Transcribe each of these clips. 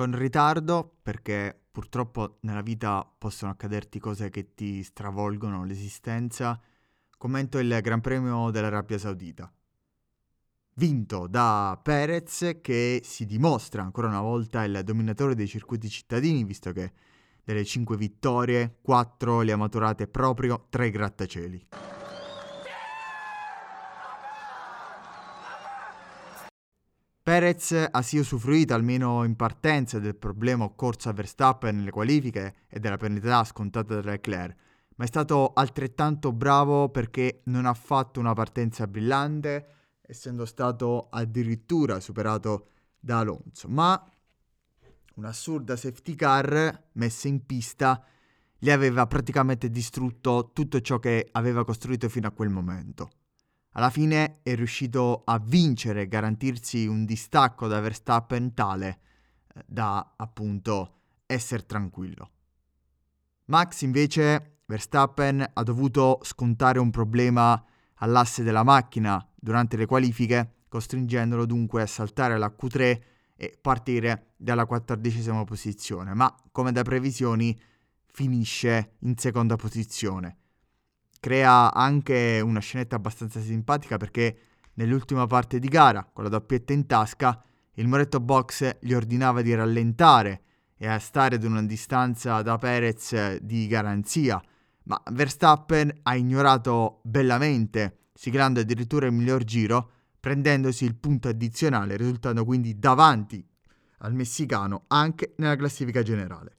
con ritardo perché purtroppo nella vita possono accaderti cose che ti stravolgono l'esistenza. Commento il Gran Premio dell'Arabia Saudita, vinto da Perez, che si dimostra ancora una volta il dominatore dei circuiti cittadini, visto che delle 5 vittorie, 4 le ha maturate proprio tra i grattacieli. Perez ha sì usufruito almeno in partenza del problema occorso a Verstappen nelle qualifiche e della penalità scontata da Leclerc, ma è stato altrettanto bravo perché non ha fatto una partenza brillante, essendo stato addirittura superato da Alonso, ma un'assurda safety car messa in pista gli aveva praticamente distrutto tutto ciò che aveva costruito fino a quel momento. Alla fine è riuscito a vincere e garantirsi un distacco da Verstappen tale da appunto essere tranquillo. Max invece, Verstappen ha dovuto scontare un problema all'asse della macchina durante le qualifiche, costringendolo dunque a saltare la Q3 e partire dalla 14ª posizione, ma come da previsioni finisce in seconda posizione. Crea anche una scenetta abbastanza simpatica perché nell'ultima parte di gara, con la doppietta in tasca, il muretto box gli ordinava di rallentare e a stare ad una distanza da Perez di garanzia, ma Verstappen ha ignorato bellamente, siglando addirittura il miglior giro, prendendosi il punto addizionale, risultando quindi davanti al messicano anche nella classifica generale.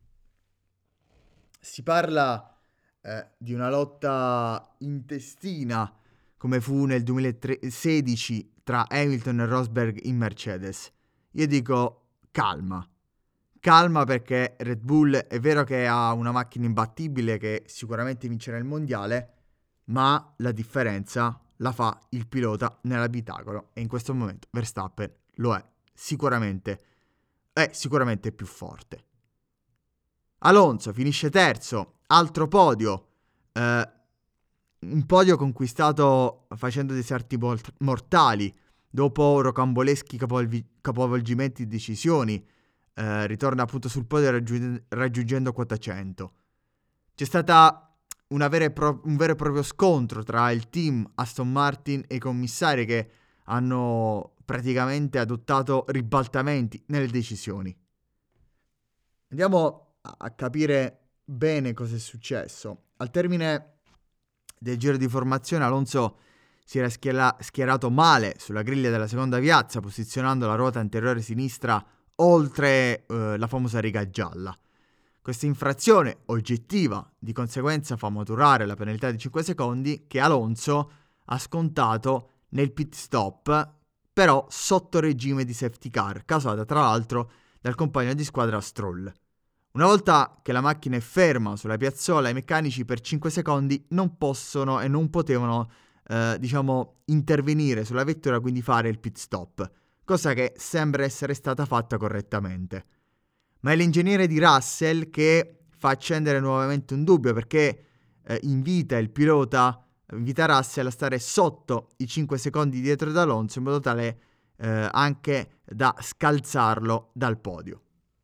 Si parla di una lotta intestina come fu nel 2016 tra Hamilton e Rosberg in Mercedes. Io dico calma perché Red Bull è vero che ha una macchina imbattibile che sicuramente vincerà il mondiale, ma la differenza la fa il pilota nell'abitacolo e in questo momento Verstappen lo è sicuramente più forte. Alonso finisce terzo, altro podio, un podio conquistato facendo dei salti mortali, dopo rocamboleschi capovolgimenti di decisioni, ritorna appunto sul podio raggiungendo quota 100. C'è stata un vero e proprio scontro tra il team Aston Martin e i commissari che hanno praticamente adottato ribaltamenti nelle decisioni. Andiamo a capire bene cosa è successo. Al termine del giro di formazione Alonso si era schierato male sulla griglia della seconda piazza, posizionando la ruota anteriore sinistra oltre la famosa riga gialla. Questa infrazione oggettiva di conseguenza fa maturare la penalità di 5 secondi che Alonso ha scontato nel pit stop, però sotto regime di safety car, causata tra l'altro dal compagno di squadra Stroll. Una volta che la macchina è ferma sulla piazzola, i meccanici per 5 secondi non possono e non potevano intervenire sulla vettura, quindi fare il pit stop, cosa che sembra essere stata fatta correttamente. Ma è l'ingegnere di Russell che fa accendere nuovamente un dubbio, perché invita Russell a stare sotto i 5 secondi dietro ad Alonso, in modo tale anche da scalzarlo dal podio.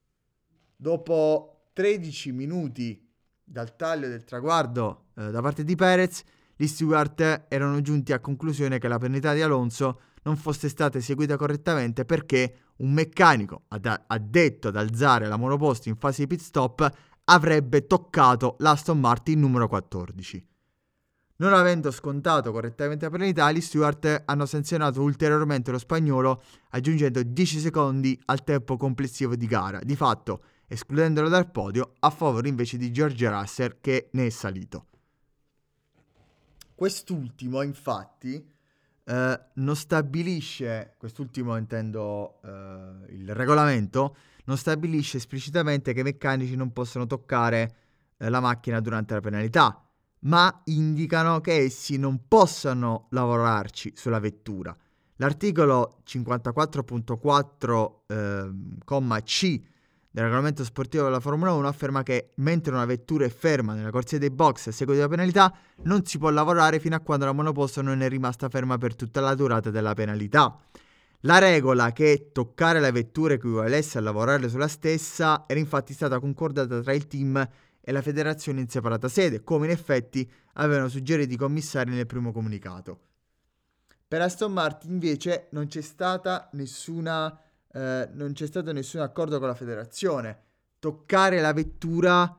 Dopo 13 minuti dal taglio del traguardo da parte di Perez, gli steward erano giunti a conclusione che la penalità di Alonso non fosse stata eseguita correttamente perché un meccanico addetto ad alzare la monoposto in fase di pit stop avrebbe toccato l'Aston Martin numero 14. Non avendo scontato correttamente la penalità, gli steward hanno sanzionato ulteriormente lo spagnolo aggiungendo 10 secondi al tempo complessivo di gara, di fatto escludendolo dal podio a favore invece di George Russell, che ne è salito. Quest'ultimo infatti non stabilisce, il regolamento non stabilisce esplicitamente che i meccanici non possono toccare la macchina durante la penalità, ma indicano che essi non possano lavorarci sulla vettura. L'articolo 54.4 comma C del regolamento sportivo della Formula 1 afferma che mentre una vettura è ferma nella corsia dei box a seguito della penalità non si può lavorare fino a quando la monoposto non è rimasta ferma per tutta la durata della penalità. La regola che toccare la vettura equivalesse a lavorare sulla stessa era infatti stata concordata tra il team e la federazione in separata sede, come in effetti avevano suggerito i commissari nel primo comunicato. Per Aston Martin invece non c'è stato nessun accordo con la federazione. Toccare la vettura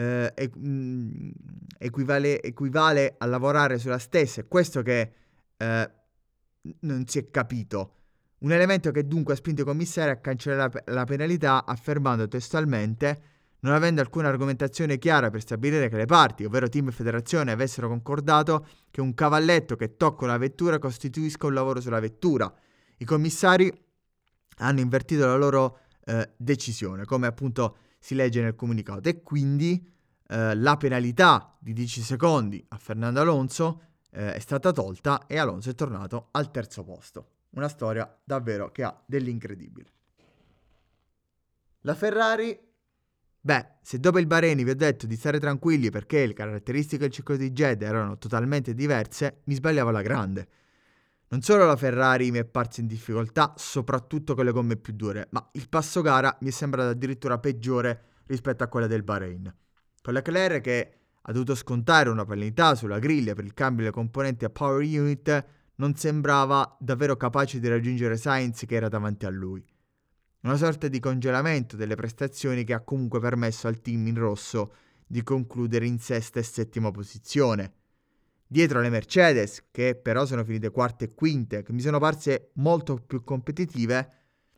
equivale a lavorare sulla stessa. È questo che non si è capito. Un elemento che dunque ha spinto i commissari a cancellare la penalità, affermando testualmente: non avendo alcuna argomentazione chiara per stabilire che le parti, ovvero team e federazione, avessero concordato che un cavalletto che tocca una vettura costituisca un lavoro sulla vettura, i commissari hanno invertito la loro decisione, come appunto si legge nel comunicato, e quindi la penalità di 10 secondi a Fernando Alonso è stata tolta e Alonso è tornato al terzo posto. Una storia davvero che ha dell'incredibile. La Ferrari, se dopo il Bahrain vi ho detto di stare tranquilli perché le caratteristiche del circuito di Jeddah erano totalmente diverse, mi sbagliavo alla grande. Non solo la Ferrari mi è parsa in difficoltà, soprattutto con le gomme più dure, ma il passo gara mi è sembrato addirittura peggiore rispetto a quella del Bahrain. Con Leclerc che ha dovuto scontare una penalità sulla griglia per il cambio delle componenti a power unit, non sembrava davvero capace di raggiungere Sainz che era davanti a lui. Una sorta di congelamento delle prestazioni che ha comunque permesso al team in rosso di concludere in sesta e settima posizione. Dietro le Mercedes, che però sono finite quarte e quinte, che mi sono parse molto più competitive,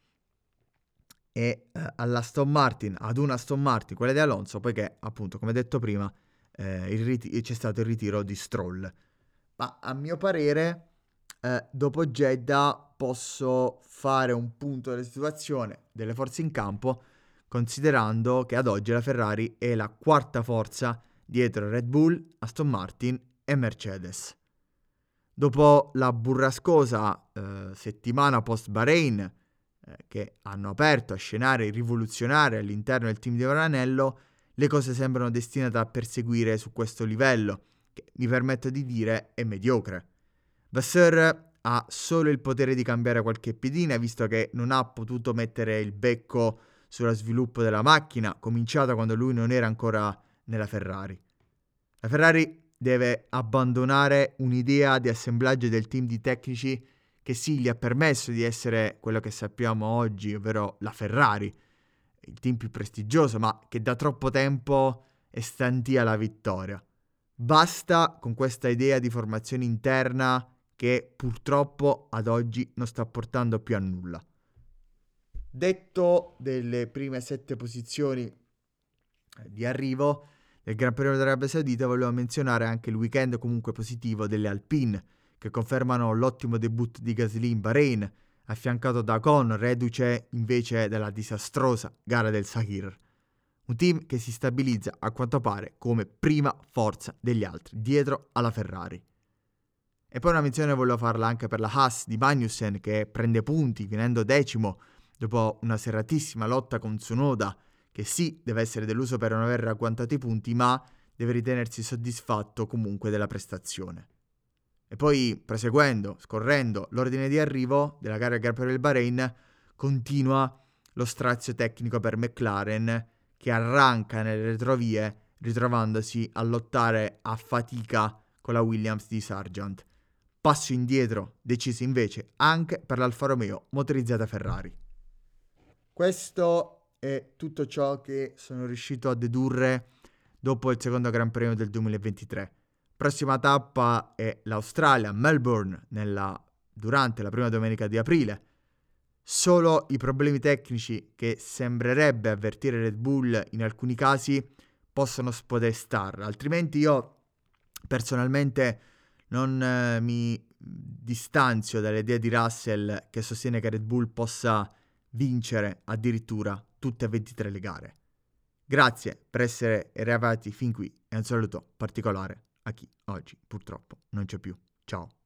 e all'Aston Martin, ad una Aston Martin, quella di Alonso, poiché appunto, come detto prima, c'è stato il ritiro di Stroll. Ma a mio parere, dopo Jeddah posso fare un punto della situazione delle forze in campo, considerando che ad oggi la Ferrari è la quarta forza dietro Red Bull, Aston Martin e Mercedes. Dopo la burrascosa settimana post Bahrain, che hanno aperto a scenari rivoluzionari all'interno del team di Maranello, le cose sembrano destinate a perseguire su questo livello, che mi permetto di dire è mediocre. Vasseur ha solo il potere di cambiare qualche piedina, visto che non ha potuto mettere il becco sullo sviluppo della macchina, cominciata quando lui non era ancora nella Ferrari. La Ferrari deve abbandonare un'idea di assemblaggio del team di tecnici che sì, gli ha permesso di essere quello che sappiamo oggi, ovvero la Ferrari, il team più prestigioso, ma che da troppo tempo è stantia la vittoria. Basta con questa idea di formazione interna che purtroppo ad oggi non sta portando più a nulla. Detto delle prime 7 posizioni di arrivo del Gran Premio d'Arabia Saudita, volevo menzionare anche il weekend comunque positivo delle Alpine, che confermano l'ottimo debutto di Gasly in Bahrain, affiancato da Ocon, reduce invece dalla disastrosa gara del Sakir. Un team che si stabilizza a quanto pare come prima forza degli altri, dietro alla Ferrari. E poi una menzione volevo farla anche per la Haas di Magnussen, che prende punti finendo decimo dopo una serratissima lotta con Tsunoda, che sì, deve essere deluso per non aver agguantato i punti, ma deve ritenersi soddisfatto comunque della prestazione. E poi, proseguendo, scorrendo l'ordine di arrivo della gara del Gran Premio del Bahrain, continua lo strazio tecnico per McLaren, che arranca nelle retrovie, ritrovandosi a lottare a fatica con la Williams di Sargent. Passo indietro, deciso invece anche per l'Alfa Romeo motorizzata Ferrari. Questo è tutto ciò che sono riuscito a dedurre dopo il secondo Gran Premio del 2023. Prossima tappa è l'Australia, Melbourne, durante la prima domenica di aprile. Solo i problemi tecnici che sembrerebbe avvertire Red Bull in alcuni casi possono spodestarla, altrimenti io personalmente non mi distanzio dall'idea di Russell che sostiene che Red Bull possa vincere addirittura tutte e 23 le gare. Grazie per essere arrivati fin qui e un saluto particolare a chi oggi purtroppo non c'è più. Ciao.